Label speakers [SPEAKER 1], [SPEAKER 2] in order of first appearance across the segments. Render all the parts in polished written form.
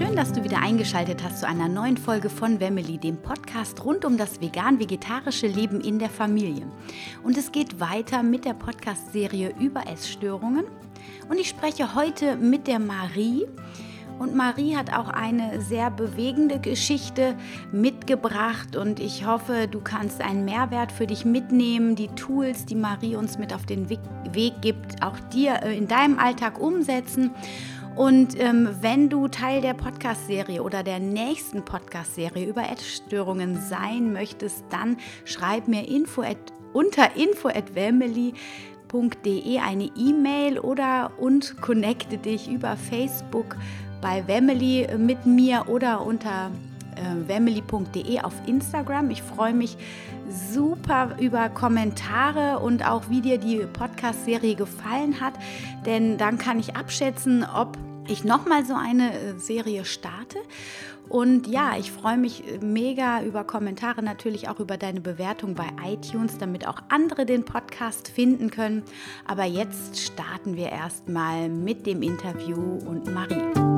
[SPEAKER 1] Schön, dass du wieder eingeschaltet hast zu einer neuen Folge von Wemmeli, dem Podcast rund um das vegan-vegetarische Leben in der Familie. Und es geht weiter mit der Podcast-Serie über Essstörungen. Und ich spreche heute mit der Marie. Und Marie hat auch eine sehr bewegende Geschichte mitgebracht und ich hoffe, du kannst einen Mehrwert für dich mitnehmen, die Tools, die Marie uns mit auf den Weg gibt, auch dir in deinem Alltag umsetzen. Und wenn du Teil der Podcast-Serie oder der nächsten Podcast-Serie über Essstörungen sein möchtest, dann schreib mir unter info@wemmeli.de eine E-Mail und connecte dich über Facebook bei Wemmeli mit mir oder unter wemmeli.de auf Instagram. Ich freue mich super über Kommentare und auch wie dir die Podcast-Serie gefallen hat, denn dann kann ich abschätzen, ob ich nochmal so eine Serie starte. Und ja, ich freue mich mega über Kommentare, natürlich auch über deine Bewertung bei iTunes, damit auch andere den Podcast finden können. Aber jetzt starten wir erstmal mit dem Interview und Marie.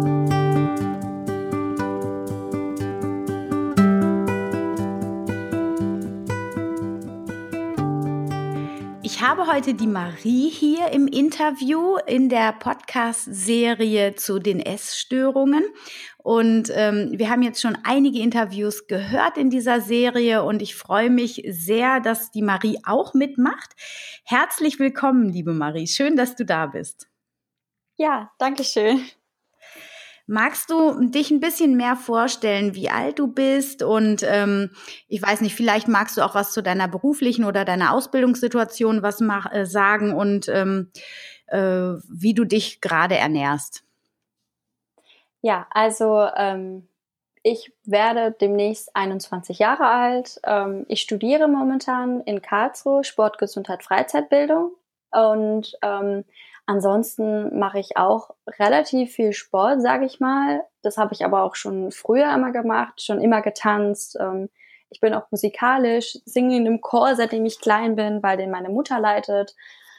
[SPEAKER 1] Ich habe heute die Marie hier im Interview in der Podcast-Serie zu den Essstörungen. Und wir haben jetzt schon einige Interviews gehört in dieser Serie und ich freue mich sehr, dass die Marie auch mitmacht. Herzlich willkommen, liebe Marie. Schön, dass du da bist.
[SPEAKER 2] Ja, danke schön.
[SPEAKER 1] Magst du dich ein bisschen mehr vorstellen, wie alt du bist? Und ich weiß nicht, vielleicht magst du auch was zu deiner beruflichen oder deiner Ausbildungssituation sagen und wie du dich gerade ernährst.
[SPEAKER 2] Ja, also ich werde demnächst 21 Jahre alt. Ich studiere momentan in Karlsruhe Sport, Gesundheit, Freizeitbildung und ansonsten mache ich auch relativ viel Sport, sage ich mal. Das habe ich aber auch schon früher immer gemacht, schon immer getanzt. Ich bin auch musikalisch, singe in einem Chor, seitdem ich klein bin, weil den meine Mutter leitet.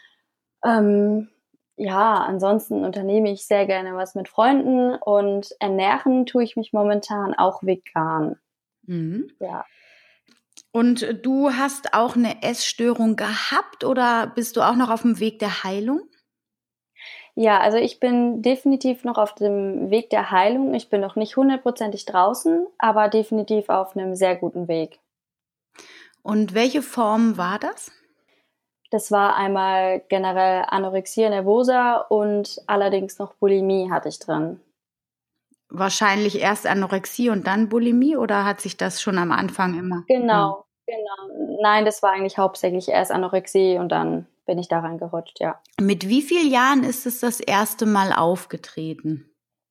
[SPEAKER 2] Ja, ansonsten unternehme ich sehr gerne was mit Freunden und ernähren tue ich mich momentan auch vegan.
[SPEAKER 1] Mhm.
[SPEAKER 2] Ja.
[SPEAKER 1] Und du hast auch eine Essstörung gehabt oder bist du auch noch auf dem Weg der Heilung?
[SPEAKER 2] Ja, also ich bin definitiv noch auf dem Weg der Heilung. Ich bin noch nicht 100%ig draußen, aber definitiv auf einem sehr guten Weg.
[SPEAKER 1] Und welche Form war das?
[SPEAKER 2] Das war einmal generell Anorexia nervosa und allerdings noch Bulimie hatte ich drin.
[SPEAKER 1] Wahrscheinlich erst Anorexie und dann Bulimie oder hat sich das schon am Anfang immer?
[SPEAKER 2] Genau. Nein, das war eigentlich hauptsächlich erst Anorexie und dann bin ich da reingerutscht, ja.
[SPEAKER 1] Mit wie vielen Jahren ist es das erste Mal aufgetreten?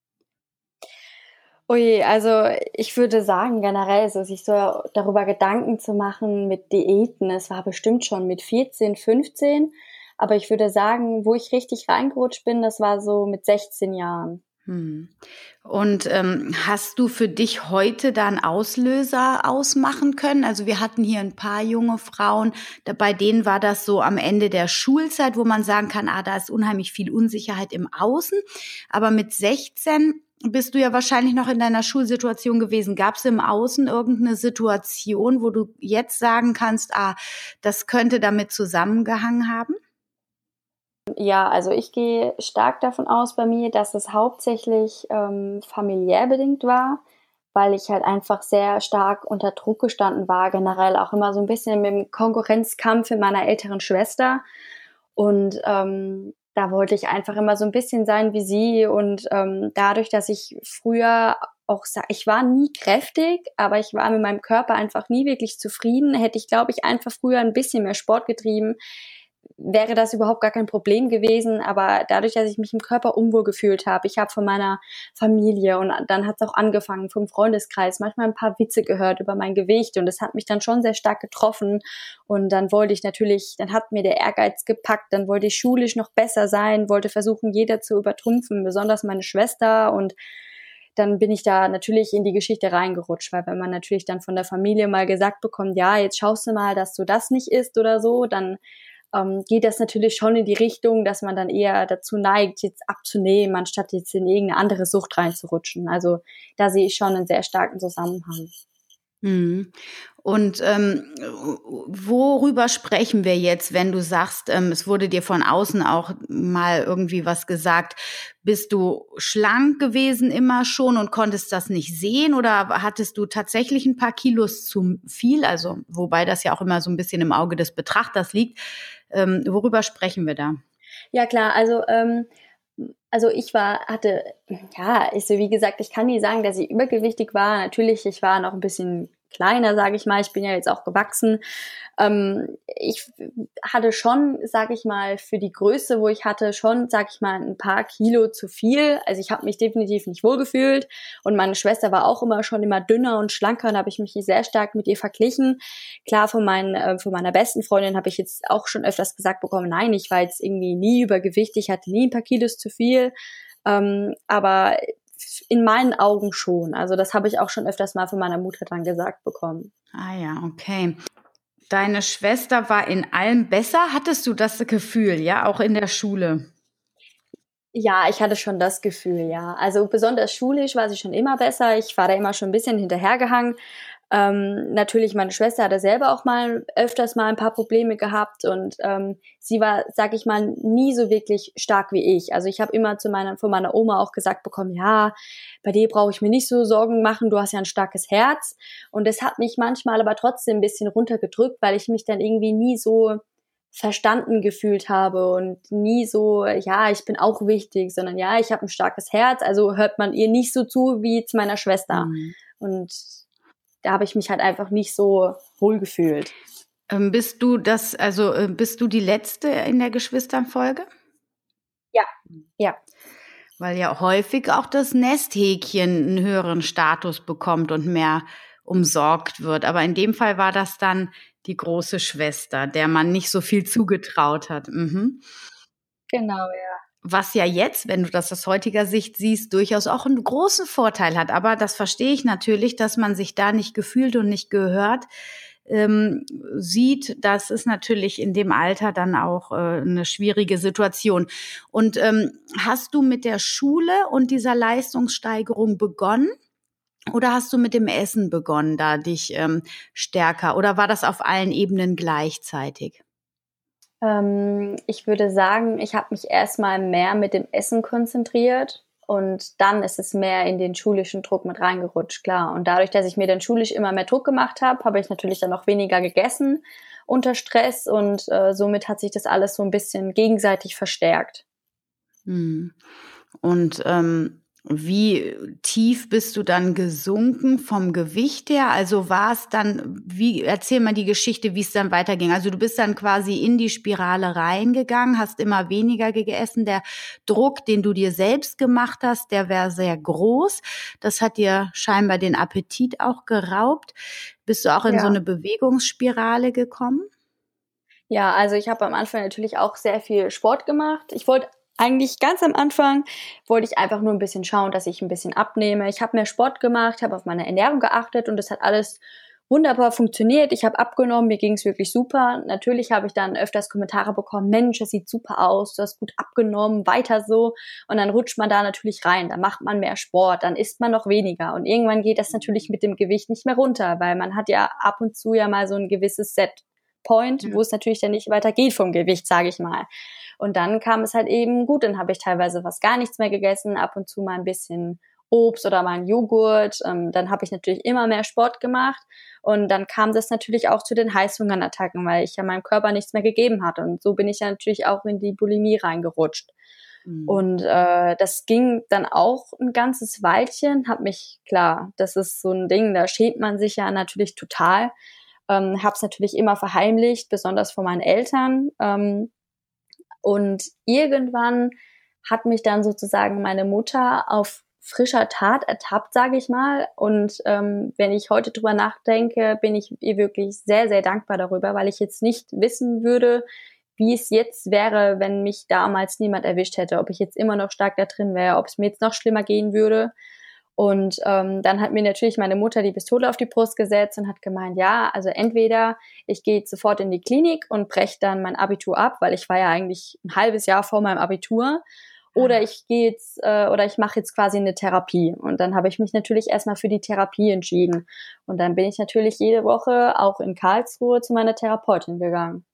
[SPEAKER 2] Ui, also ich würde sagen, generell so sich so darüber Gedanken zu machen mit Diäten, es war bestimmt schon mit 14, 15, aber ich würde sagen, wo ich richtig reingerutscht bin, das war so mit 16 Jahren.
[SPEAKER 1] Und hast du für dich heute da einen Auslöser ausmachen können? Also wir hatten hier ein paar junge Frauen, bei denen war das so am Ende der Schulzeit, wo man sagen kann, da ist unheimlich viel Unsicherheit im Außen. Aber mit 16 bist du ja wahrscheinlich noch in deiner Schulsituation gewesen. Gab es im Außen irgendeine Situation, wo du jetzt sagen kannst, das könnte damit zusammengehangen haben?
[SPEAKER 2] Ja, also ich gehe stark davon aus bei mir, dass es hauptsächlich familiär bedingt war, weil ich halt einfach sehr stark unter Druck gestanden war, generell auch immer so ein bisschen mit dem Konkurrenzkampf in meiner älteren Schwester. Und da wollte ich einfach immer so ein bisschen sein wie sie. Und dadurch, dass ich früher ich war nie kräftig, aber ich war mit meinem Körper einfach nie wirklich zufrieden. Hätte ich, glaube ich, einfach früher ein bisschen mehr Sport getrieben, wäre das überhaupt gar kein Problem gewesen, aber dadurch, dass ich mich im Körper unwohl gefühlt habe, ich habe von meiner Familie und dann hat es auch angefangen vom Freundeskreis, manchmal ein paar Witze gehört über mein Gewicht und das hat mich dann schon sehr stark getroffen und dann dann hat mir der Ehrgeiz gepackt, dann wollte ich schulisch noch besser sein, wollte versuchen, jeder zu übertrumpfen, besonders meine Schwester und dann bin ich da natürlich in die Geschichte reingerutscht, weil wenn man natürlich dann von der Familie mal gesagt bekommt, ja, jetzt schaust du mal, dass du das nicht isst oder so, dann geht das natürlich schon in die Richtung, dass man dann eher dazu neigt, jetzt abzunehmen, anstatt jetzt in irgendeine andere Sucht reinzurutschen. Also da sehe ich schon einen sehr starken Zusammenhang.
[SPEAKER 1] Mhm. Und worüber sprechen wir jetzt, wenn du sagst, es wurde dir von außen auch mal irgendwie was gesagt? Bist du schlank gewesen immer schon und konntest das nicht sehen oder hattest du tatsächlich ein paar Kilos zu viel? Also, wobei das ja auch immer so ein bisschen im Auge des Betrachters liegt. Worüber sprechen wir da?
[SPEAKER 2] Ja klar, also wie gesagt, ich kann nie sagen, dass ich übergewichtig war. Natürlich, ich war noch ein bisschen kleiner, sage ich mal. Ich bin ja jetzt auch gewachsen. Ich hatte schon, sage ich mal, für die Größe, wo ich hatte, schon, sage ich mal, ein paar Kilo zu viel. Also ich habe mich definitiv nicht wohlgefühlt. Und meine Schwester war auch immer dünner und schlanker und da habe ich mich sehr stark mit ihr verglichen. Klar, von meiner besten Freundin habe ich jetzt auch schon öfters gesagt bekommen, nein, ich war jetzt irgendwie nie übergewichtig, ich hatte nie ein paar Kilos zu viel. Aber in meinen Augen schon. Also das habe ich auch schon öfters mal von meiner Mutter dann gesagt bekommen.
[SPEAKER 1] Ah ja, okay. Deine Schwester war in allem besser. Hattest du das Gefühl, ja, auch in der Schule?
[SPEAKER 2] Ja, ich hatte schon das Gefühl, ja. Also besonders schulisch war sie schon immer besser. Ich war da immer schon ein bisschen hinterhergehangen. Natürlich, meine Schwester hatte selber auch öfters mal ein paar Probleme gehabt und sie war, sag ich mal, nie so wirklich stark wie ich. Also ich habe immer von meiner Oma auch gesagt bekommen, ja, bei dir brauche ich mir nicht so Sorgen machen, du hast ja ein starkes Herz. Und das hat mich manchmal aber trotzdem ein bisschen runtergedrückt, weil ich mich dann irgendwie nie so verstanden gefühlt habe und nie so, ja, ich bin auch wichtig, sondern ja, ich habe ein starkes Herz, also hört man ihr nicht so zu wie zu meiner Schwester.
[SPEAKER 1] Mhm.
[SPEAKER 2] Und da habe ich mich halt einfach nicht so wohl gefühlt.
[SPEAKER 1] Bist du die Letzte in der Geschwisternfolge?
[SPEAKER 2] Ja, ja.
[SPEAKER 1] Weil ja häufig auch das Nesthäkchen einen höheren Status bekommt und mehr umsorgt wird. Aber in dem Fall war das dann die große Schwester, der man nicht so viel zugetraut hat. Mhm.
[SPEAKER 2] Genau, ja.
[SPEAKER 1] Was ja jetzt, wenn du das aus heutiger Sicht siehst, durchaus auch einen großen Vorteil hat. Aber das verstehe ich natürlich, dass man sich da nicht gefühlt und nicht gehört sieht. Das ist natürlich in dem Alter dann auch eine schwierige Situation. Und hast du mit der Schule und dieser Leistungssteigerung begonnen? Oder hast du mit dem Essen begonnen, da dich stärker? Oder war das auf allen Ebenen gleichzeitig?
[SPEAKER 2] Ich würde sagen, ich habe mich erstmal mehr mit dem Essen konzentriert und dann ist es mehr in den schulischen Druck mit reingerutscht, klar. Und dadurch, dass ich mir dann schulisch immer mehr Druck gemacht habe, habe ich natürlich dann auch weniger gegessen unter Stress und somit hat sich das alles so ein bisschen gegenseitig verstärkt.
[SPEAKER 1] Hm. Und wie tief bist du dann gesunken vom Gewicht her? Also war es dann, erzähl mal die Geschichte, wie es dann weiterging. Also du bist dann quasi in die Spirale reingegangen, hast immer weniger gegessen. Der Druck, den du dir selbst gemacht hast, der war sehr groß. Das hat dir scheinbar den Appetit auch geraubt. Bist du auch in so
[SPEAKER 2] Ja.
[SPEAKER 1] eine Bewegungsspirale gekommen?
[SPEAKER 2] Ja, also ich habe am Anfang natürlich auch sehr viel Sport gemacht. Ich wollte eigentlich ganz am Anfang, wollte ich einfach nur ein bisschen schauen, dass ich ein bisschen abnehme. Ich habe mehr Sport gemacht, habe auf meine Ernährung geachtet und das hat alles wunderbar funktioniert. Ich habe abgenommen, mir ging es wirklich super. Natürlich habe ich dann öfters Kommentare bekommen, Mensch, das sieht super aus, du hast gut abgenommen, weiter so. Und dann rutscht man da natürlich rein, dann macht man mehr Sport, dann isst man noch weniger. Und irgendwann geht das natürlich mit dem Gewicht nicht mehr runter, weil man hat ja ab und zu ja mal so ein gewisses Set-Point, wo es natürlich dann nicht weiter geht vom Gewicht, sage ich mal. Und dann kam es halt eben gut, dann habe ich teilweise fast gar nichts mehr gegessen, ab und zu mal ein bisschen Obst oder mal einen Joghurt. Dann habe ich natürlich immer mehr Sport gemacht und dann kam das natürlich auch zu den Heißhungerattacken, weil ich ja meinem Körper nichts mehr gegeben hatte. Und so bin ich ja natürlich auch in die Bulimie reingerutscht.
[SPEAKER 1] Mhm.
[SPEAKER 2] Und das ging dann auch ein ganzes Weilchen, klar, das ist so ein Ding, da schämt man sich ja natürlich total. Habe es natürlich immer verheimlicht, besonders vor meinen Eltern. Und irgendwann hat mich dann sozusagen meine Mutter auf frischer Tat ertappt, sage ich mal. Und wenn ich heute drüber nachdenke, bin ich ihr wirklich sehr, sehr dankbar darüber, weil ich jetzt nicht wissen würde, wie es jetzt wäre, wenn mich damals niemand erwischt hätte, ob ich jetzt immer noch stark da drin wäre, ob es mir jetzt noch schlimmer gehen würde. Und dann hat mir natürlich meine Mutter die Pistole auf die Brust gesetzt und hat gemeint, ja, also entweder ich gehe jetzt sofort in die Klinik und breche dann mein Abitur ab, weil ich war ja eigentlich ein halbes Jahr vor meinem Abitur, oder ich gehe jetzt oder ich mache jetzt quasi eine Therapie. Und dann habe ich mich natürlich erstmal für die Therapie entschieden. Und dann bin ich natürlich jede Woche auch in Karlsruhe zu meiner Therapeutin gegangen.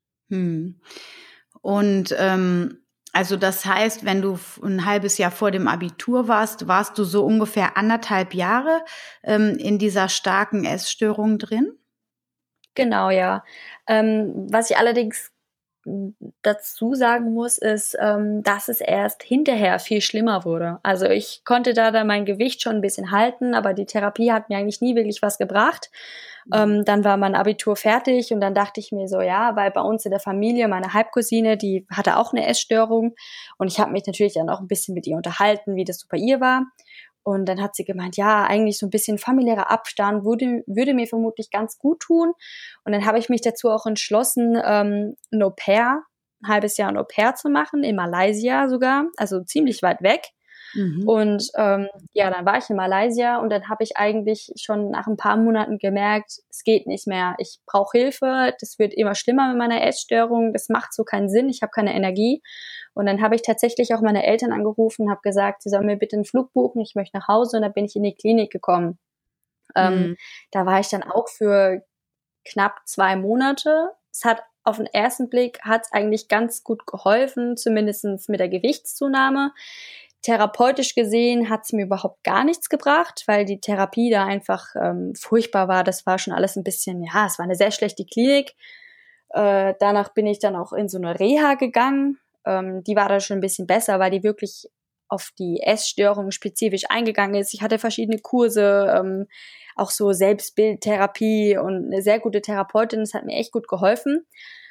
[SPEAKER 1] Und also das heißt, wenn du ein halbes Jahr vor dem Abitur warst du so ungefähr 1,5 Jahre in dieser starken Essstörung drin?
[SPEAKER 2] Genau, ja. Was ich allerdings dazu sagen muss, ist, dass es erst hinterher viel schlimmer wurde. Also ich konnte da mein Gewicht schon ein bisschen halten, aber die Therapie hat mir eigentlich nie wirklich was gebracht. Dann war mein Abitur fertig und dann dachte ich mir so, ja, weil bei uns in der Familie, meine Halbcousine, die hatte auch eine Essstörung und ich habe mich natürlich dann auch ein bisschen mit ihr unterhalten, wie das so bei ihr war. Und dann hat sie gemeint, ja, eigentlich so ein bisschen familiärer Abstand würde mir vermutlich ganz gut tun. Und dann habe ich mich dazu auch entschlossen, ein Au-pair, ein halbes Jahr ein Au-pair zu machen, in Malaysia sogar, also ziemlich weit weg. Und ja, dann war ich in Malaysia und dann habe ich eigentlich schon nach ein paar Monaten gemerkt, es geht nicht mehr. Ich brauche Hilfe, das wird immer schlimmer mit meiner Essstörung, das macht so keinen Sinn, ich habe keine Energie. Und dann habe ich tatsächlich auch meine Eltern angerufen, habe gesagt, sie sollen mir bitte einen Flug buchen, ich möchte nach Hause, und dann bin ich in die Klinik gekommen. Da war ich dann auch für knapp 2 Monate. Es hat auf den ersten Blick hat's eigentlich ganz gut geholfen, zumindest mit der Gewichtszunahme. Therapeutisch gesehen hat's mir überhaupt gar nichts gebracht, weil die Therapie da einfach furchtbar war. Das war schon alles ein bisschen, ja, es war eine sehr schlechte Klinik. Danach bin ich dann auch in so eine Reha gegangen. Die war da schon ein bisschen besser, weil die wirklich auf die Essstörung spezifisch eingegangen ist. Ich hatte verschiedene Kurse, auch so Selbstbildtherapie und eine sehr gute Therapeutin. Das hat mir echt gut geholfen.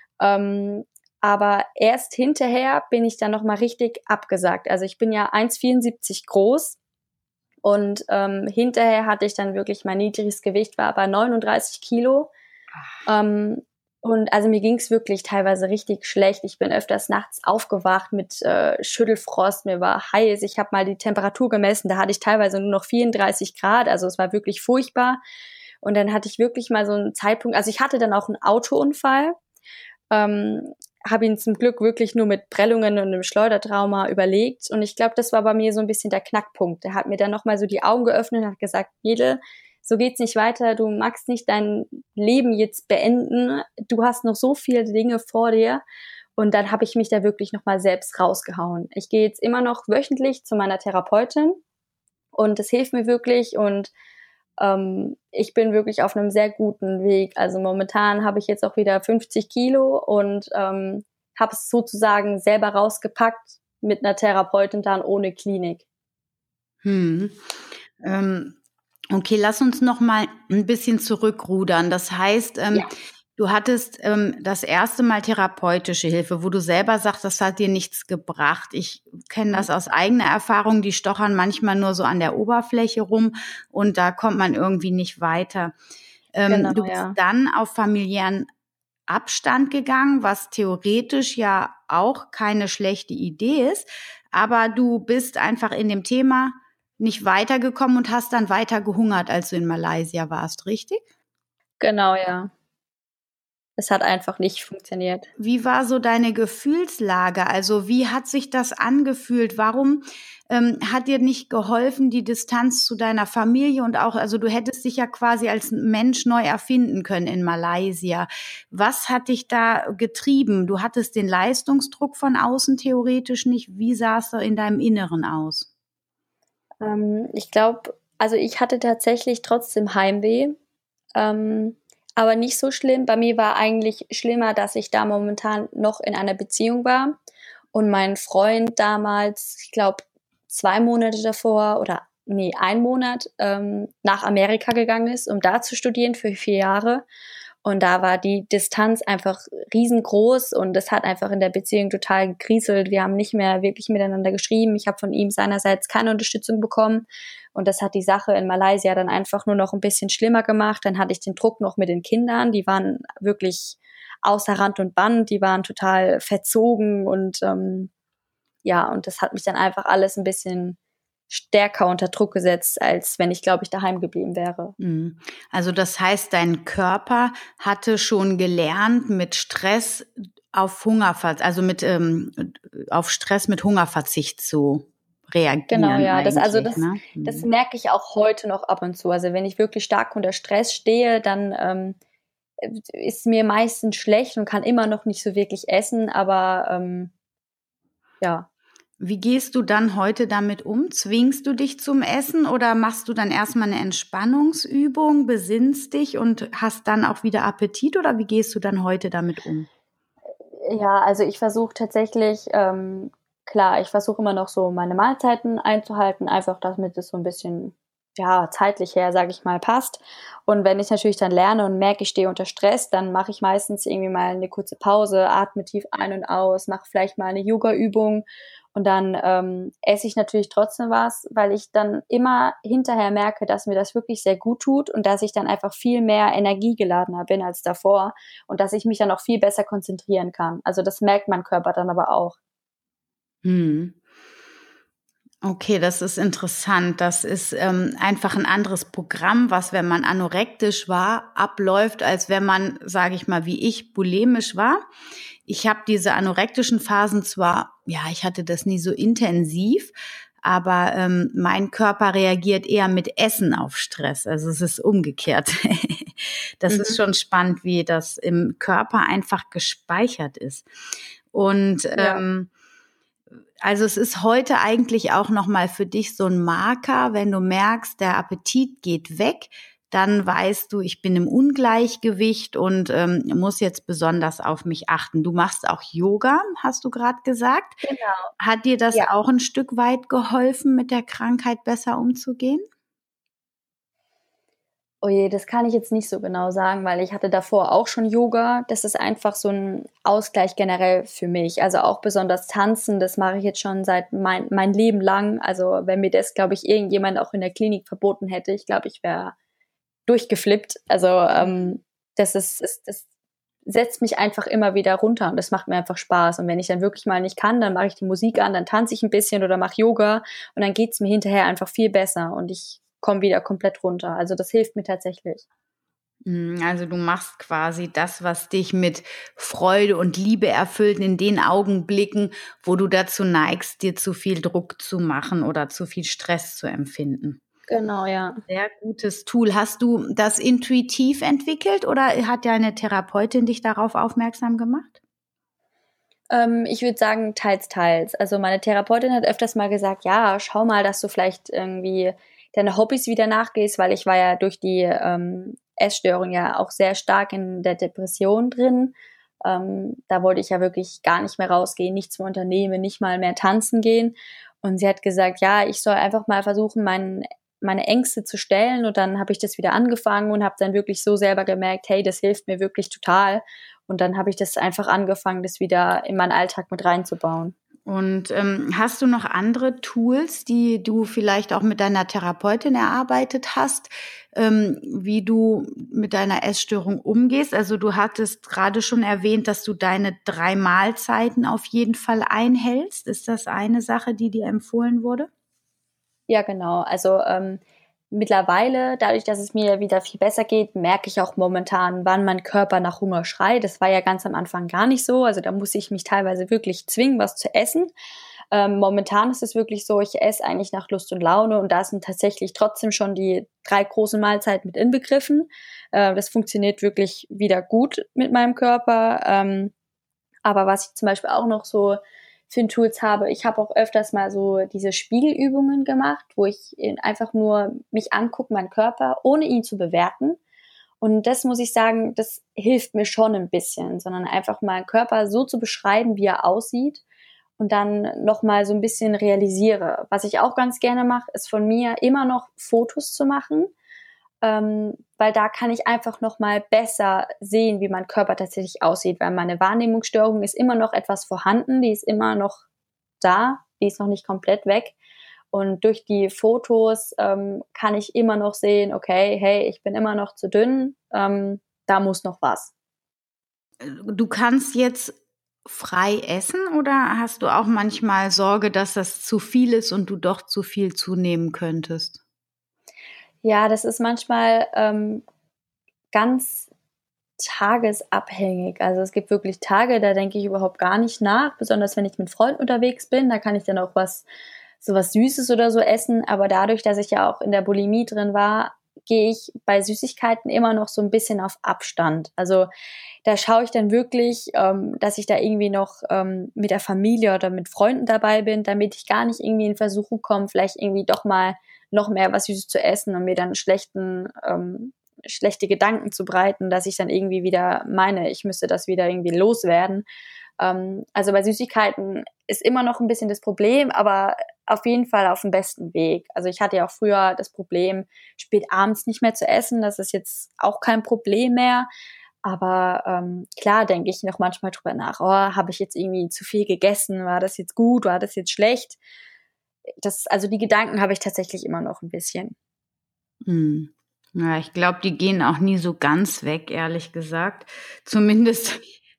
[SPEAKER 2] Aber erst hinterher bin ich dann nochmal richtig abgesagt. Also ich bin ja 1,74 groß und hinterher hatte ich dann wirklich, mein niedriges Gewicht war aber 39 Kilo. Und also mir ging's wirklich teilweise richtig schlecht. Ich bin öfters nachts aufgewacht mit Schüttelfrost, mir war heiß. Ich habe mal die Temperatur gemessen, da hatte ich teilweise nur noch 34 Grad. Also es war wirklich furchtbar. Und dann hatte ich wirklich mal so einen Zeitpunkt, also ich hatte dann auch einen Autounfall, habe ihn zum Glück wirklich nur mit Prellungen und einem Schleudertrauma überlegt. Und ich glaube, das war bei mir so ein bisschen der Knackpunkt. Der hat mir dann nochmal so die Augen geöffnet und hat gesagt, Mädel, so geht's nicht weiter, du magst nicht dein Leben jetzt beenden, du hast noch so viele Dinge vor dir. Und dann habe ich mich da wirklich nochmal selbst rausgehauen. Ich gehe jetzt immer noch wöchentlich zu meiner Therapeutin und das hilft mir wirklich und ich bin wirklich auf einem sehr guten Weg. Also momentan habe ich jetzt auch wieder 50 Kilo und habe es sozusagen selber rausgepackt mit einer Therapeutin dann ohne Klinik.
[SPEAKER 1] Okay, lass uns noch mal ein bisschen zurückrudern. Das heißt,
[SPEAKER 2] Ja.
[SPEAKER 1] du hattest das erste Mal therapeutische Hilfe, wo du selber sagst, das hat dir nichts gebracht. Ich kenne das aus eigener Erfahrung, die stochern manchmal nur so an der Oberfläche rum und da kommt man irgendwie nicht weiter.
[SPEAKER 2] Genau,
[SPEAKER 1] du bist
[SPEAKER 2] ja.
[SPEAKER 1] dann auf familiären Abstand gegangen, was theoretisch ja auch keine schlechte Idee ist, aber du bist einfach in dem Thema nicht weitergekommen und hast dann weiter gehungert, als du in Malaysia warst, richtig?
[SPEAKER 2] Genau, ja. Es hat einfach nicht funktioniert.
[SPEAKER 1] Wie war so deine Gefühlslage? Also wie hat sich das angefühlt? Warum hat dir nicht geholfen, die Distanz zu deiner Familie und auch, also du hättest dich ja quasi als Mensch neu erfinden können in Malaysia. Was hat dich da getrieben? Du hattest den Leistungsdruck von außen theoretisch nicht. Wie sah es so in deinem Inneren aus?
[SPEAKER 2] Ich glaube, also ich hatte tatsächlich trotzdem Heimweh, aber nicht so schlimm. Bei mir war eigentlich schlimmer, dass ich da momentan noch in einer Beziehung war und mein Freund damals, ich glaube, 2 Monate davor oder nee, 1 Monat nach Amerika gegangen ist, um da zu studieren für 4 Jahre. Und da war die Distanz einfach riesengroß und das hat einfach in der Beziehung total gekriselt. Wir haben nicht mehr wirklich miteinander geschrieben. Ich habe von ihm seinerseits keine Unterstützung bekommen und das hat die Sache in Malaysia dann einfach nur noch ein bisschen schlimmer gemacht. Dann hatte ich den Druck noch mit den Kindern. Die waren wirklich außer Rand und Band. Die waren total verzogen und ja, und das hat mich dann einfach alles ein bisschen stärker unter Druck gesetzt, als wenn ich, glaube ich, daheim geblieben wäre.
[SPEAKER 1] Also das heißt, dein Körper hatte schon gelernt, mit Stress auf auf Stress mit Hungerverzicht zu
[SPEAKER 2] Genau,
[SPEAKER 1] reagieren
[SPEAKER 2] ja.
[SPEAKER 1] eigentlich, ne?
[SPEAKER 2] Das merke ich auch heute noch ab und zu. Also wenn ich wirklich stark unter Stress stehe, dann ist mir meistens schlecht und kann immer noch nicht so wirklich essen, aber ja.
[SPEAKER 1] Wie gehst du dann heute damit um? Zwingst du dich zum Essen oder machst du dann erstmal eine Entspannungsübung, besinnst dich und hast dann auch wieder Appetit oder wie gehst du dann heute damit um?
[SPEAKER 2] Ja, also ich versuche tatsächlich, klar, ich versuche immer noch so meine Mahlzeiten einzuhalten, einfach damit es so ein bisschen, ja, zeitlich her, sage ich mal, passt. Und wenn ich natürlich dann lerne und merke, ich stehe unter Stress, dann mache ich meistens irgendwie mal eine kurze Pause, atme tief ein und aus, mache vielleicht mal eine Yoga-Übung und dann esse ich natürlich trotzdem was, weil ich dann immer hinterher merke, dass mir das wirklich sehr gut tut und dass ich dann einfach viel mehr energiegeladener bin als davor und dass ich mich dann auch viel besser konzentrieren kann. Also das merkt mein Körper dann aber auch.
[SPEAKER 1] Hm. Okay, das ist interessant. Das ist einfach ein anderes Programm, was, wenn man anorektisch war, abläuft, als wenn man, sage ich mal, wie ich, bulimisch war. Ich habe diese anorektischen Phasen zwar, ja, ich hatte das nie so intensiv, aber mein Körper reagiert eher mit Essen auf Stress. Also es ist umgekehrt. Das ist
[SPEAKER 2] Mhm.
[SPEAKER 1] schon spannend, wie das im Körper einfach gespeichert ist. Und
[SPEAKER 2] Ja.
[SPEAKER 1] also es ist heute eigentlich auch nochmal für dich so ein Marker, wenn du merkst, der Appetit geht weg, dann weißt du, ich bin im Ungleichgewicht und muss jetzt besonders auf mich achten. Du machst auch Yoga, hast du gerade gesagt.
[SPEAKER 2] Genau.
[SPEAKER 1] Hat dir das
[SPEAKER 2] Ja.
[SPEAKER 1] auch ein Stück weit geholfen, mit der Krankheit besser umzugehen?
[SPEAKER 2] Oh je, das kann ich jetzt nicht so genau sagen, weil ich hatte davor auch schon Yoga. Das ist einfach so ein Ausgleich generell für mich. Also auch besonders Tanzen, das mache ich jetzt schon seit mein Leben lang. Also wenn mir das, glaube ich, irgendjemand auch in der Klinik verboten hätte, ich glaube, ich wäre durchgeflippt. Also das setzt mich einfach immer wieder runter und das macht mir einfach Spaß. Und wenn ich dann wirklich mal nicht kann, dann mache ich die Musik an, dann tanze ich ein bisschen oder mache Yoga und dann geht's mir hinterher einfach viel besser und ich komme wieder komplett runter. Also das hilft mir tatsächlich.
[SPEAKER 1] Also du machst quasi das, was dich mit Freude und Liebe erfüllt in den Augenblicken, wo du dazu neigst, dir zu viel Druck zu machen oder zu viel Stress zu empfinden.
[SPEAKER 2] Genau, ja.
[SPEAKER 1] Sehr gutes Tool. Hast du das intuitiv entwickelt oder hat deine Therapeutin dich darauf aufmerksam gemacht?
[SPEAKER 2] Ich würde sagen, teils, teils. Also meine Therapeutin hat öfters mal gesagt, ja, schau mal, dass du vielleicht irgendwie deine Hobbys wieder nachgehst, weil ich war ja durch die Essstörung ja auch sehr stark in der Depression drin. Da wollte ich ja wirklich gar nicht mehr rausgehen, nichts mehr unternehmen, nicht mal mehr tanzen gehen. Und sie hat gesagt, ja, ich soll einfach mal versuchen, meine Ängste zu stellen. Und dann habe ich das wieder angefangen und habe dann wirklich so selber gemerkt, hey, das hilft mir wirklich total. Und dann habe ich das einfach angefangen, das wieder in meinen Alltag mit reinzubauen.
[SPEAKER 1] Und hast du noch andere Tools, die du vielleicht auch mit deiner Therapeutin erarbeitet hast, wie du mit deiner Essstörung umgehst? Also du hattest gerade schon erwähnt, dass du deine 3 Mahlzeiten auf jeden Fall einhältst. Ist das eine Sache, die dir empfohlen wurde?
[SPEAKER 2] Ja, genau. Also mittlerweile, dadurch, dass es mir wieder viel besser geht, merke ich auch momentan, wann mein Körper nach Hunger schreit. Das war ja ganz am Anfang gar nicht so. Also da musste ich mich teilweise wirklich zwingen, was zu essen. Momentan ist es wirklich so, ich esse eigentlich nach Lust und Laune und da sind tatsächlich trotzdem schon die 3 großen Mahlzeiten mit inbegriffen. Das funktioniert wirklich wieder gut mit meinem Körper. Aber was ich zum Beispiel auch noch so für Tools habe, ich habe auch öfters mal so diese Spiegelübungen gemacht, wo ich einfach nur mich angucke, meinen Körper, ohne ihn zu bewerten. Und das muss ich sagen, das hilft mir schon ein bisschen, sondern einfach meinen Körper so zu beschreiben, wie er aussieht und dann nochmal so ein bisschen realisiere. Was ich auch ganz gerne mache, ist von mir immer noch Fotos zu machen, weil da kann ich einfach noch mal besser sehen, wie mein Körper tatsächlich aussieht, weil meine Wahrnehmungsstörung ist immer noch etwas vorhanden, die ist immer noch da, die ist noch nicht komplett weg. Und durch die Fotos kann ich immer noch sehen, okay, hey, ich bin immer noch zu dünn, da muss noch was.
[SPEAKER 1] Du kannst jetzt frei essen oder hast du auch manchmal Sorge, dass das zu viel ist und du doch zu viel zunehmen könntest?
[SPEAKER 2] Ja, das ist manchmal ganz tagesabhängig. Also es gibt wirklich Tage, da denke ich überhaupt gar nicht nach, besonders wenn ich mit Freunden unterwegs bin, da kann ich dann auch so was Süßes oder so essen, aber dadurch, dass ich ja auch in der Bulimie drin war, gehe ich bei Süßigkeiten immer noch so ein bisschen auf Abstand. Also da schaue ich dann wirklich, dass ich da irgendwie noch mit der Familie oder mit Freunden dabei bin, damit ich gar nicht irgendwie in Versuchung komme, vielleicht irgendwie doch mal noch mehr was Süßes zu essen und mir dann schlechte Gedanken zu bereiten, dass ich dann irgendwie wieder meine, ich müsste das wieder irgendwie loswerden. Also bei Süßigkeiten ist immer noch ein bisschen das Problem, aber auf jeden Fall auf dem besten Weg. Also ich hatte ja auch früher das Problem, spät abends nicht mehr zu essen. Das ist jetzt auch kein Problem mehr. Aber klar denke ich noch manchmal drüber nach, oh, habe ich jetzt irgendwie zu viel gegessen? War das jetzt gut? War das jetzt schlecht? Also die Gedanken habe ich tatsächlich immer noch ein bisschen.
[SPEAKER 1] Hm. Ja, ich glaube, die gehen auch nie so ganz weg, ehrlich gesagt. Zumindest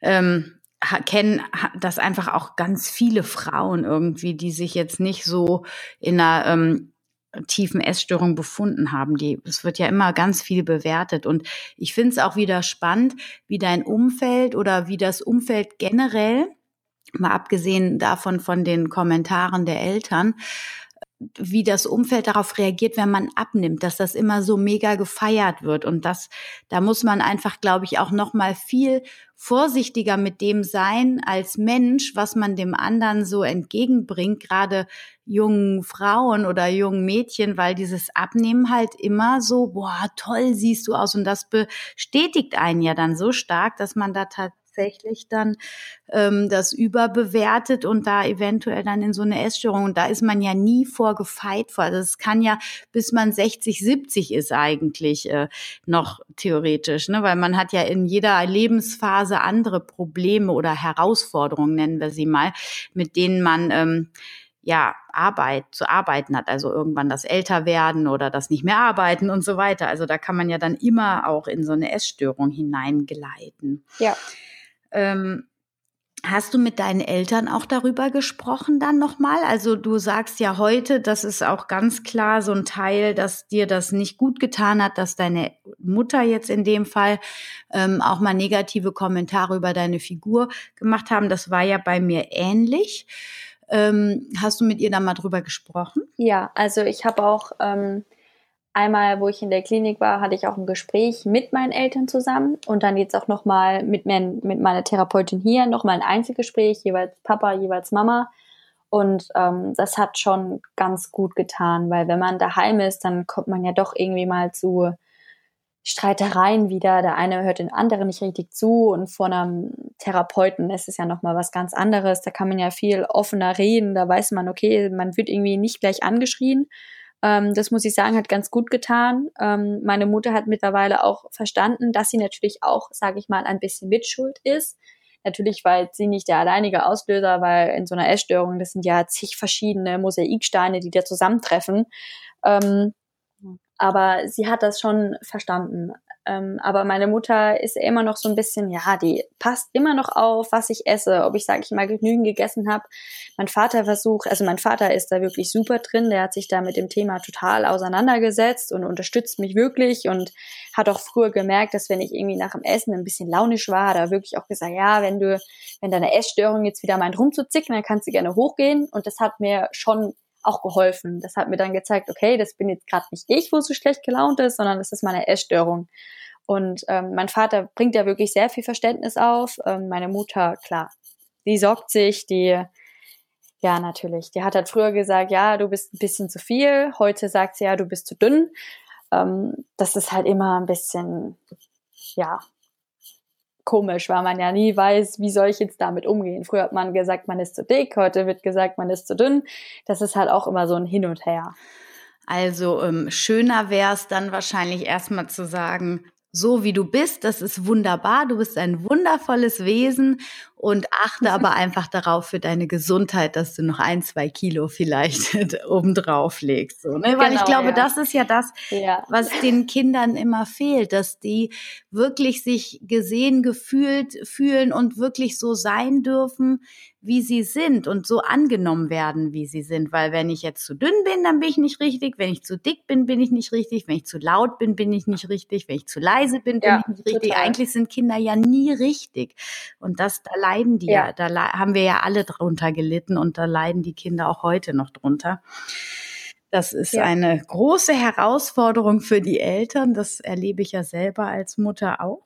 [SPEAKER 1] kennen das einfach auch ganz viele Frauen irgendwie, die sich jetzt nicht so in einer tiefen Essstörung befunden haben. Es wird ja immer ganz viel bewertet. Und ich finde es auch wieder spannend, wie dein Umfeld oder wie das Umfeld generell, mal abgesehen davon von den Kommentaren der Eltern, wie das Umfeld darauf reagiert, wenn man abnimmt, dass das immer so mega gefeiert wird. Und da muss man einfach, glaube ich, auch noch mal viel vorsichtiger mit dem sein als Mensch, was man dem anderen so entgegenbringt, gerade jungen Frauen oder jungen Mädchen, weil dieses Abnehmen halt immer so, boah, toll siehst du aus. Und das bestätigt einen ja dann so stark, dass man da tatsächlich dann das überbewertet und da eventuell dann in so eine Essstörung. Und da ist man ja nie gefeit vor. Also es kann ja, bis man 60, 70 ist eigentlich noch theoretisch, ne? Weil man hat ja in jeder Lebensphase andere Probleme oder Herausforderungen, nennen wir sie mal, mit denen man zu arbeiten hat, also irgendwann das Älterwerden oder das nicht mehr arbeiten und so weiter. Also da kann man ja dann immer auch in so eine Essstörung hineingleiten.
[SPEAKER 2] Ja.
[SPEAKER 1] Hast du mit deinen Eltern auch darüber gesprochen dann nochmal? Also du sagst ja heute, das ist auch ganz klar so ein Teil, dass dir das nicht gut getan hat, dass deine Mutter jetzt in dem Fall auch mal negative Kommentare über deine Figur gemacht haben. Das war ja bei mir ähnlich. Hast du mit ihr da mal drüber gesprochen?
[SPEAKER 2] Ja, also ich habe auch einmal, wo ich in der Klinik war, hatte ich auch ein Gespräch mit meinen Eltern zusammen und dann jetzt auch nochmal mit meiner Therapeutin hier nochmal ein Einzelgespräch, jeweils Papa, jeweils Mama. Und das hat schon ganz gut getan, weil wenn man daheim ist, dann kommt man ja doch irgendwie mal zu Streitereien wieder. Der eine hört den anderen nicht richtig zu und vor einem Therapeuten ist es ja nochmal was ganz anderes. Da kann man ja viel offener reden. Da weiß man, okay, man wird irgendwie nicht gleich angeschrien. Das muss ich sagen, hat ganz gut getan. Meine Mutter hat mittlerweile auch verstanden, dass sie natürlich auch, sage ich mal, ein bisschen mitschuld ist. Natürlich war jetzt sie nicht der alleinige Auslöser, weil in so einer Essstörung, das sind ja zig verschiedene Mosaiksteine, die da zusammentreffen. Aber sie hat das schon verstanden. Aber meine Mutter ist immer noch so ein bisschen, ja, die passt immer noch auf, was ich esse, ob ich, sage ich mal, genügend gegessen habe. Mein Vater ist da wirklich super drin, der hat sich da mit dem Thema total auseinandergesetzt und unterstützt mich wirklich und hat auch früher gemerkt, dass wenn ich irgendwie nach dem Essen ein bisschen launisch war, hat er wirklich auch gesagt, ja, wenn deine Essstörung jetzt wieder meint rumzuzicken, dann kannst du gerne hochgehen. Und das hat mir schon auch geholfen. Das hat mir dann gezeigt, okay, das bin jetzt gerade nicht ich, wo so schlecht gelaunt ist, sondern das ist meine Essstörung. Und mein Vater bringt ja wirklich sehr viel Verständnis auf. Meine Mutter, klar, die sorgt sich, ja, natürlich. Die hat halt früher gesagt, ja, du bist ein bisschen zu viel. Heute sagt sie, ja, du bist zu dünn. Das ist halt immer ein bisschen, ja, komisch, weil man ja nie weiß, wie soll ich jetzt damit umgehen. Früher hat man gesagt, man ist zu dick, heute wird gesagt, man ist zu dünn. Das ist halt auch immer so ein Hin und Her.
[SPEAKER 1] Also schöner wäre es dann wahrscheinlich erstmal zu sagen, so wie du bist, das ist wunderbar, du bist ein wundervolles Wesen und achte aber einfach darauf für deine Gesundheit, dass du noch 1-2 Kilo vielleicht obendrauf legst. So, ne? Weil ich glaube, das ist ja das, was den Kindern immer fehlt, dass die wirklich sich gesehen, gefühlt fühlen und wirklich so sein dürfen, wie sie sind und so angenommen werden, wie sie sind. Weil wenn ich jetzt zu dünn bin, dann bin ich nicht richtig. Wenn ich zu dick bin, bin ich nicht richtig. Wenn ich zu laut bin, bin ich nicht richtig. Wenn ich zu leise bin, bin ich nicht richtig.
[SPEAKER 2] Total.
[SPEAKER 1] Eigentlich sind Kinder ja nie richtig. Und da leiden die ja, da haben wir ja alle drunter gelitten und da leiden die Kinder auch heute noch drunter. Das ist eine große Herausforderung für die Eltern. Das erlebe ich ja selber als Mutter auch.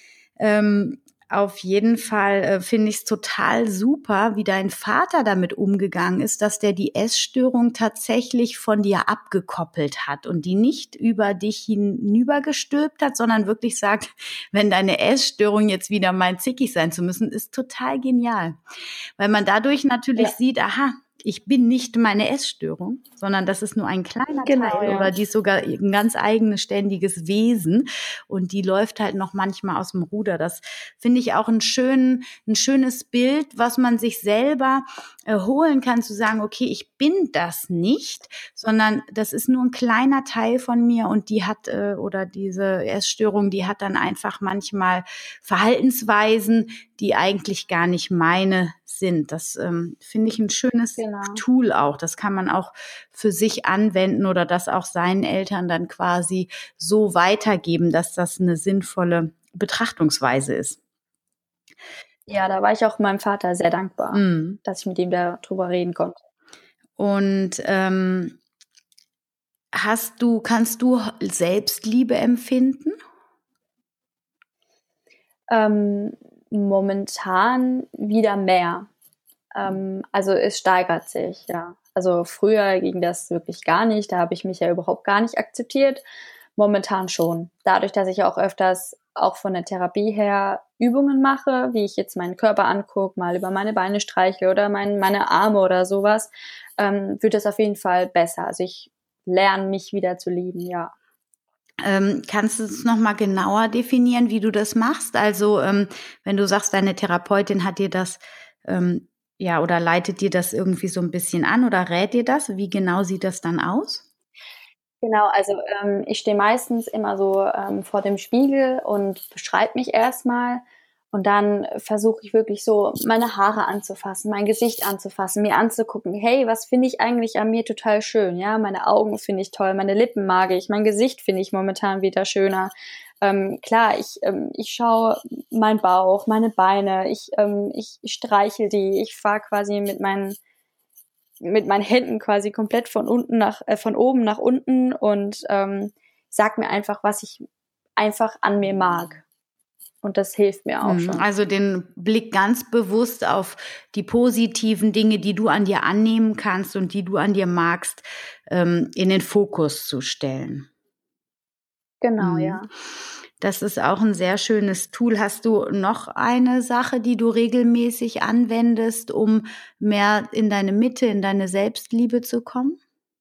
[SPEAKER 1] Auf jeden Fall finde ich es total super, wie dein Vater damit umgegangen ist, dass der die Essstörung tatsächlich von dir abgekoppelt hat und die nicht über dich hinübergestülpt hat, sondern wirklich sagt, wenn deine Essstörung jetzt wieder meint, zickig sein zu müssen, ist total genial. Weil man dadurch natürlich sieht, aha, ich bin nicht meine Essstörung, sondern das ist nur ein kleiner Teil oder die ist sogar ein ganz eigenes, ständiges Wesen und die läuft halt noch manchmal aus dem Ruder. Das finde ich auch ein schönes Bild, was man sich selber holen kann, zu sagen, okay, ich bin das nicht, sondern das ist nur ein kleiner Teil von mir und die hat oder diese Essstörung, die hat dann einfach manchmal Verhaltensweisen, die eigentlich gar nicht meine sind. Das finde ich ein schönes Tool auch. Das kann man auch für sich anwenden oder das auch seinen Eltern dann quasi so weitergeben, dass das eine sinnvolle Betrachtungsweise ist.
[SPEAKER 2] Ja, da war ich auch meinem Vater sehr dankbar, dass ich mit ihm darüber reden konnte.
[SPEAKER 1] Und kannst du Selbstliebe empfinden?
[SPEAKER 2] Momentan wieder mehr. Also es steigert sich, ja. Also früher ging das wirklich gar nicht, da habe ich mich ja überhaupt gar nicht akzeptiert. Momentan schon. Dadurch, dass ich auch öfters auch von der Therapie her Übungen mache, wie ich jetzt meinen Körper angucke, mal über meine Beine streichle oder meine Arme oder sowas, wird es auf jeden Fall besser. Also ich lerne mich wieder zu lieben, ja.
[SPEAKER 1] Kannst du es nochmal genauer definieren, wie du das machst? Also wenn du sagst, deine Therapeutin hat dir das oder leitet dir das irgendwie so ein bisschen an oder rät dir das? Wie genau sieht das dann aus?
[SPEAKER 2] Genau, also ich stehe meistens immer so vor dem Spiegel und beschreibe mich erstmal und dann versuche ich wirklich so meine Haare anzufassen, mein Gesicht anzufassen, mir anzugucken, hey, was finde ich eigentlich an mir total schön, ja, meine Augen finde ich toll, meine Lippen mag ich, mein Gesicht finde ich momentan wieder schöner. Klar, ich schaue meinen Bauch, meine Beine, ich streichel die, ich fahre quasi mit meinen Händen quasi komplett von oben nach unten und sag mir einfach, was ich einfach an mir mag. Und das hilft mir auch schon.
[SPEAKER 1] Also den Blick ganz bewusst auf die positiven Dinge, die du an dir annehmen kannst und die du an dir magst, in den Fokus zu stellen.
[SPEAKER 2] Genau, ja.
[SPEAKER 1] Das ist auch ein sehr schönes Tool. Hast du noch eine Sache, die du regelmäßig anwendest, um mehr in deine Mitte, in deine Selbstliebe zu kommen?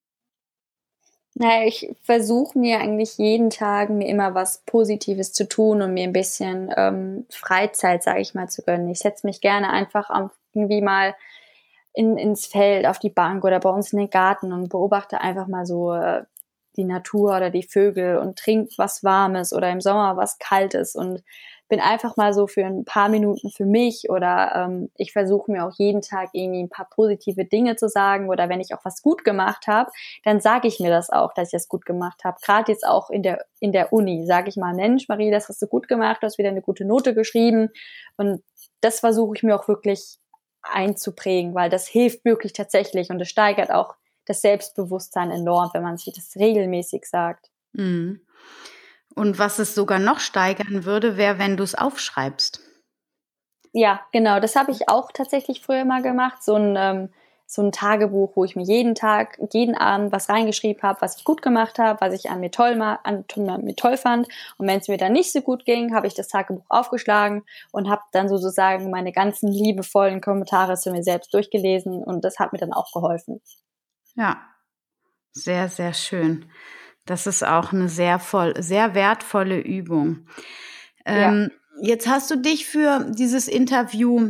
[SPEAKER 2] Naja, ich versuche mir eigentlich jeden Tag mir immer was Positives zu tun und mir ein bisschen Freizeit, sage ich mal, zu gönnen. Ich setze mich gerne einfach irgendwie mal ins Feld, auf die Bank oder bei uns in den Garten und beobachte einfach mal so die Natur oder die Vögel und trink was Warmes oder im Sommer was Kaltes und bin einfach mal so für ein paar Minuten für mich oder ich versuche mir auch jeden Tag irgendwie ein paar positive Dinge zu sagen oder wenn ich auch was gut gemacht habe, dann sage ich mir das auch, dass ich das gut gemacht habe. Gerade jetzt auch in der Uni sage ich mal, Mensch, Marie, das hast du gut gemacht, du hast wieder eine gute Note geschrieben und das versuche ich mir auch wirklich einzuprägen, weil das hilft wirklich tatsächlich und es steigert auch das Selbstbewusstsein enorm, wenn man sich das regelmäßig sagt.
[SPEAKER 1] Mhm. Und was es sogar noch steigern würde, wäre, wenn du es aufschreibst.
[SPEAKER 2] Ja, genau. Das habe ich auch tatsächlich früher mal gemacht. So ein Tagebuch, wo ich mir jeden Abend was reingeschrieben habe, was ich gut gemacht habe, was ich an mir toll fand. Und wenn es mir dann nicht so gut ging, habe ich das Tagebuch aufgeschlagen und habe dann sozusagen meine ganzen liebevollen Kommentare zu mir selbst durchgelesen. Und das hat mir dann auch geholfen.
[SPEAKER 1] Ja, sehr, sehr schön. Das ist auch eine sehr wertvolle Übung.
[SPEAKER 2] Ja.
[SPEAKER 1] Jetzt hast du dich für dieses Interview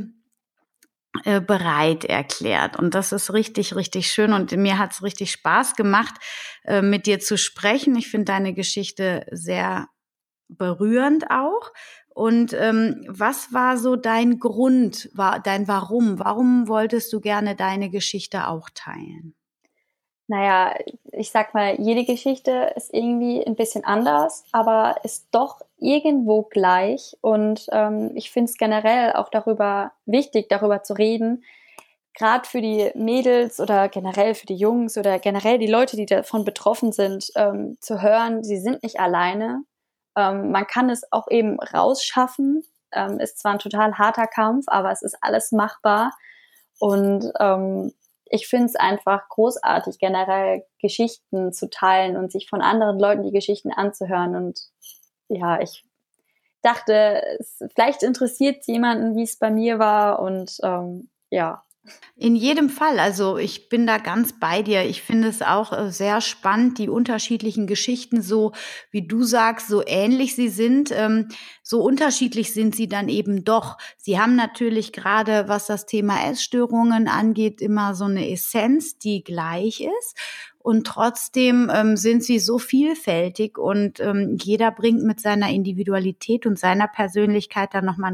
[SPEAKER 1] bereit erklärt. Und das ist richtig, richtig schön. Und mir hat es richtig Spaß gemacht, mit dir zu sprechen. Ich finde deine Geschichte sehr berührend auch. Und was war so dein Grund, dein Warum? Warum wolltest du gerne deine Geschichte auch teilen?
[SPEAKER 2] Naja, ich sag mal, jede Geschichte ist irgendwie ein bisschen anders, aber ist doch irgendwo gleich. Und ich finde es generell auch wichtig, darüber zu reden, gerade für die Mädels oder generell für die Jungs oder generell die Leute, die davon betroffen sind, zu hören, sie sind nicht alleine. Man kann es auch eben rausschaffen. Ist zwar ein total harter Kampf, aber es ist alles machbar. Und ich finde es einfach großartig, generell Geschichten zu teilen und sich von anderen Leuten die Geschichten anzuhören. Und ja, ich dachte, vielleicht interessiert es jemanden, wie es bei mir war. Und ja.
[SPEAKER 1] In jedem Fall. Also ich bin da ganz bei dir. Ich finde es auch sehr spannend, die unterschiedlichen Geschichten, so wie du sagst, so ähnlich sie sind, so unterschiedlich sind sie dann eben doch. Sie haben natürlich gerade, was das Thema Essstörungen angeht, immer so eine Essenz, die gleich ist. Und trotzdem sind sie so vielfältig und jeder bringt mit seiner Individualität und seiner Persönlichkeit dann nochmal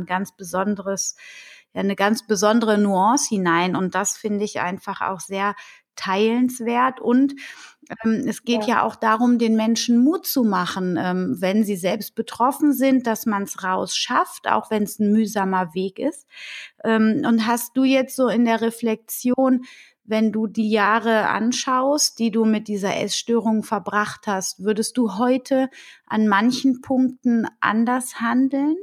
[SPEAKER 1] eine ganz besondere Nuance hinein. Und das finde ich einfach auch sehr teilenswert. Und es geht ja auch darum, den Menschen Mut zu machen, wenn sie selbst betroffen sind, dass man es rausschafft, auch wenn es ein mühsamer Weg ist. Und hast du jetzt so in der Reflexion, wenn du die Jahre anschaust, die du mit dieser Essstörung verbracht hast, würdest du heute an manchen Punkten anders handeln?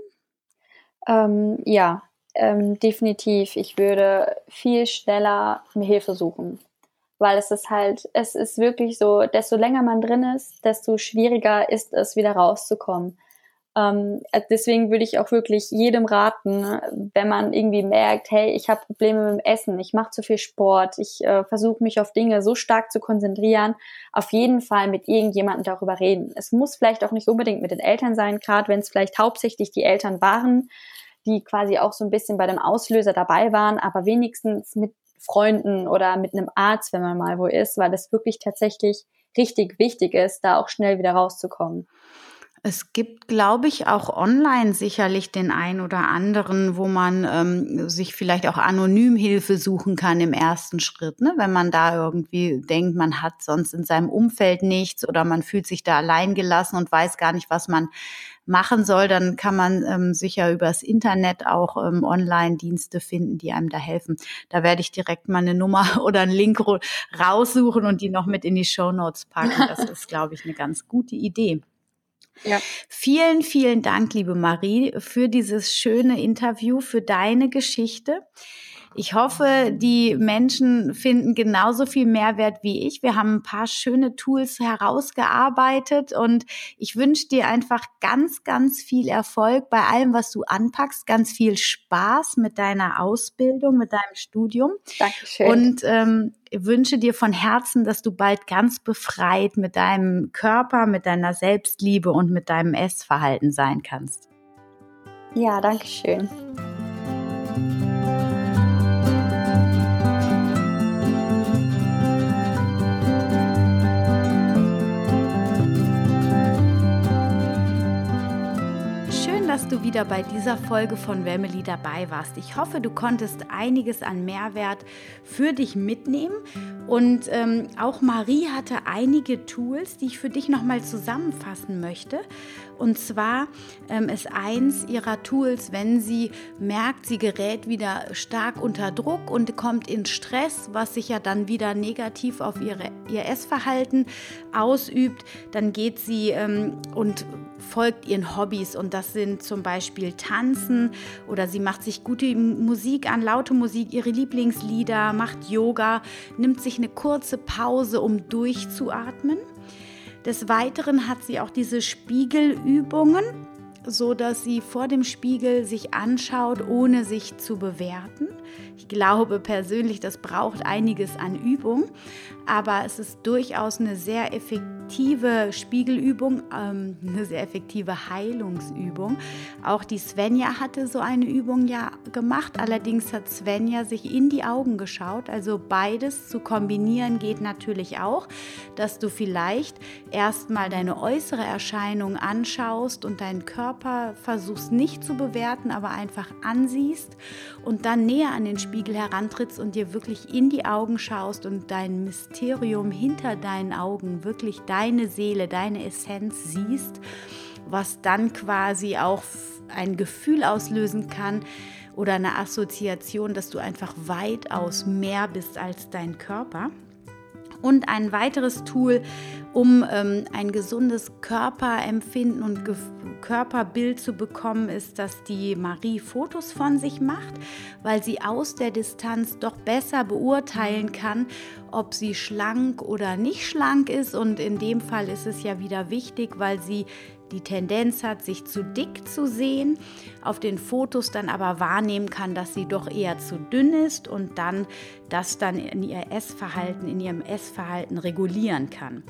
[SPEAKER 2] Ja, definitiv. Ich würde viel schneller mir Hilfe suchen. Weil es ist wirklich so, desto länger man drin ist, desto schwieriger ist es, wieder rauszukommen. Deswegen würde ich auch wirklich jedem raten, wenn man irgendwie merkt, hey, ich habe Probleme mit dem Essen, ich mache zu viel Sport, ich versuche mich auf Dinge so stark zu konzentrieren, auf jeden Fall mit irgendjemandem darüber reden. Es muss vielleicht auch nicht unbedingt mit den Eltern sein, gerade wenn es vielleicht hauptsächlich die Eltern waren, die quasi auch so ein bisschen bei dem Auslöser dabei waren, aber wenigstens mit Freunden oder mit einem Arzt, wenn man mal wo ist, weil das wirklich tatsächlich richtig wichtig ist, da auch schnell wieder rauszukommen.
[SPEAKER 1] Es gibt, glaube ich, auch online sicherlich den einen oder anderen, wo man sich vielleicht auch anonym Hilfe suchen kann im ersten Schritt, ne? Wenn man da irgendwie denkt, man hat sonst in seinem Umfeld nichts oder man fühlt sich da allein gelassen und weiß gar nicht, was man machen soll, dann kann man sicher übers Internet auch Online-Dienste finden, die einem da helfen. Da werde ich direkt mal eine Nummer oder einen Link raussuchen und die noch mit in die Shownotes packen. Das ist, glaube ich, eine ganz gute Idee.
[SPEAKER 2] Ja.
[SPEAKER 1] Vielen, vielen Dank, liebe Marie, für dieses schöne Interview, für deine Geschichte. Ich hoffe, die Menschen finden genauso viel Mehrwert wie ich. Wir haben ein paar schöne Tools herausgearbeitet und ich wünsche dir einfach ganz, ganz viel Erfolg bei allem, was du anpackst. Ganz viel Spaß mit deiner Ausbildung, mit deinem Studium.
[SPEAKER 2] Dankeschön.
[SPEAKER 1] Und wünsche dir von Herzen, dass du bald ganz befreit mit deinem Körper, mit deiner Selbstliebe und mit deinem Essverhalten sein kannst.
[SPEAKER 2] Ja, danke schön.
[SPEAKER 1] Dass du wieder bei dieser Folge von Wemmeli dabei warst. Ich hoffe, du konntest einiges an Mehrwert für dich mitnehmen und auch Marie hatte einige Tools, die ich für dich nochmal zusammenfassen möchte. Und zwar ist eins ihrer Tools, wenn sie merkt, sie gerät wieder stark unter Druck und kommt in Stress, was sich ja dann wieder negativ auf ihr Essverhalten ausübt, dann geht sie und folgt ihren Hobbys und das sind zum Beispiel Tanzen oder sie macht sich gute Musik an, laute Musik, ihre Lieblingslieder, macht Yoga, nimmt sich eine kurze Pause, um durchzuatmen. Des Weiteren hat sie auch diese Spiegelübungen, so dass sie vor dem Spiegel sich anschaut, ohne sich zu bewerten. Ich glaube persönlich, das braucht einiges an Übung, aber es ist durchaus eine sehr effektive effektive Spiegelübung, eine sehr effektive Heilungsübung. Auch die Svenja hatte so eine Übung ja gemacht, allerdings hat Svenja sich in die Augen geschaut, also beides zu kombinieren geht natürlich auch, dass du vielleicht erstmal deine äußere Erscheinung anschaust und deinen Körper versuchst nicht zu bewerten, aber einfach ansiehst und dann näher an den Spiegel herantrittst und dir wirklich in die Augen schaust und dein Mysterium hinter deinen Augen, wirklich deine Seele, deine Essenz siehst, was dann quasi auch ein Gefühl auslösen kann oder eine Assoziation, dass du einfach weitaus mehr bist als dein Körper. Und ein weiteres Tool, um ein gesundes Körperempfinden und Körperbild zu bekommen, ist, dass die Marie Fotos von sich macht, weil sie aus der Distanz doch besser beurteilen kann, ob sie schlank oder nicht schlank ist. Und in dem Fall ist es ja wieder wichtig, weil sie die Tendenz hat, sich zu dick zu sehen, auf den Fotos dann aber wahrnehmen kann, dass sie doch eher zu dünn ist und dann das dann in ihrem Essverhalten regulieren kann.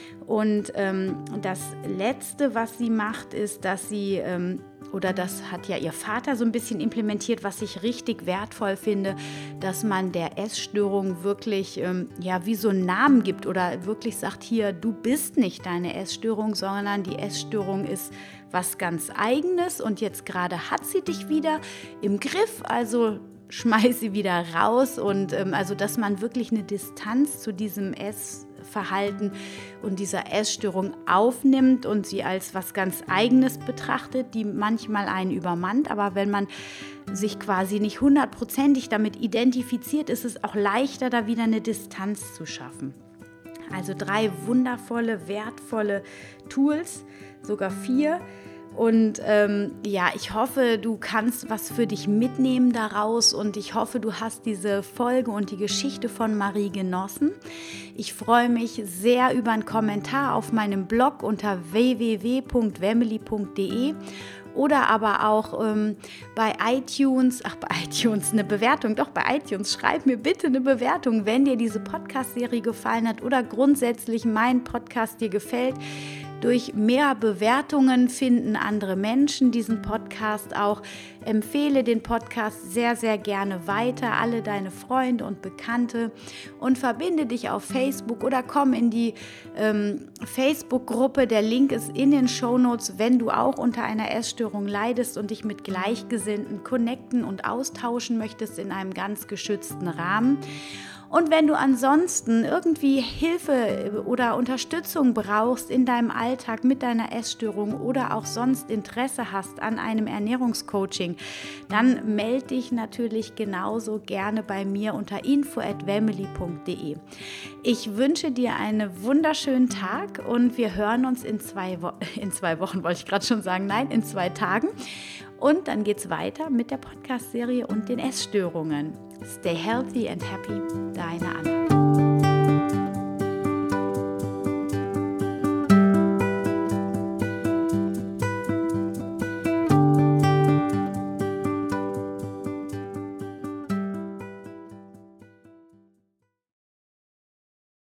[SPEAKER 1] Und das Letzte, was sie macht, ist, dass sie, oder das hat ja ihr Vater so ein bisschen implementiert, was ich richtig wertvoll finde, dass man der Essstörung wirklich wie so einen Namen gibt oder wirklich sagt, hier, du bist nicht deine Essstörung, sondern die Essstörung ist was ganz Eigenes und jetzt gerade hat sie dich wieder im Griff, also schmeiß sie wieder raus und also, dass man wirklich eine Distanz zu diesem Essverhalten und dieser Essstörung aufnimmt und sie als was ganz Eigenes betrachtet, die manchmal einen übermannt, aber wenn man sich quasi nicht 100%ig damit identifiziert, ist es auch leichter, da wieder eine Distanz zu schaffen. Also 3 wundervolle, wertvolle Tools, sogar 4. Und ich hoffe, du kannst was für dich mitnehmen daraus und ich hoffe, du hast diese Folge und die Geschichte von Marie genossen. Ich freue mich sehr über einen Kommentar auf meinem Blog unter www.wemily.de oder aber auch bei iTunes eine Bewertung, doch bei iTunes, schreib mir bitte eine Bewertung, wenn dir diese Podcast-Serie gefallen hat oder grundsätzlich mein Podcast dir gefällt. Durch mehr Bewertungen finden andere Menschen diesen Podcast auch. Empfehle den Podcast sehr, sehr gerne weiter, alle deine Freunde und Bekannte und verbinde dich auf Facebook oder komm in die Facebook-Gruppe. Der Link ist in den Shownotes, wenn du auch unter einer Essstörung leidest und dich mit Gleichgesinnten connecten und austauschen möchtest in einem ganz geschützten Rahmen. Und wenn du ansonsten irgendwie Hilfe oder Unterstützung brauchst in deinem Alltag mit deiner Essstörung oder auch sonst Interesse hast an einem Ernährungscoaching, dann melde dich natürlich genauso gerne bei mir unter info@wemily.de. Ich wünsche dir einen wunderschönen Tag und wir hören uns in 2 Wochen, wollte ich gerade schon sagen, nein, in 2 Tagen. Und dann geht's weiter mit der Podcast-Serie und den Essstörungen. Stay healthy and happy, deine Anna.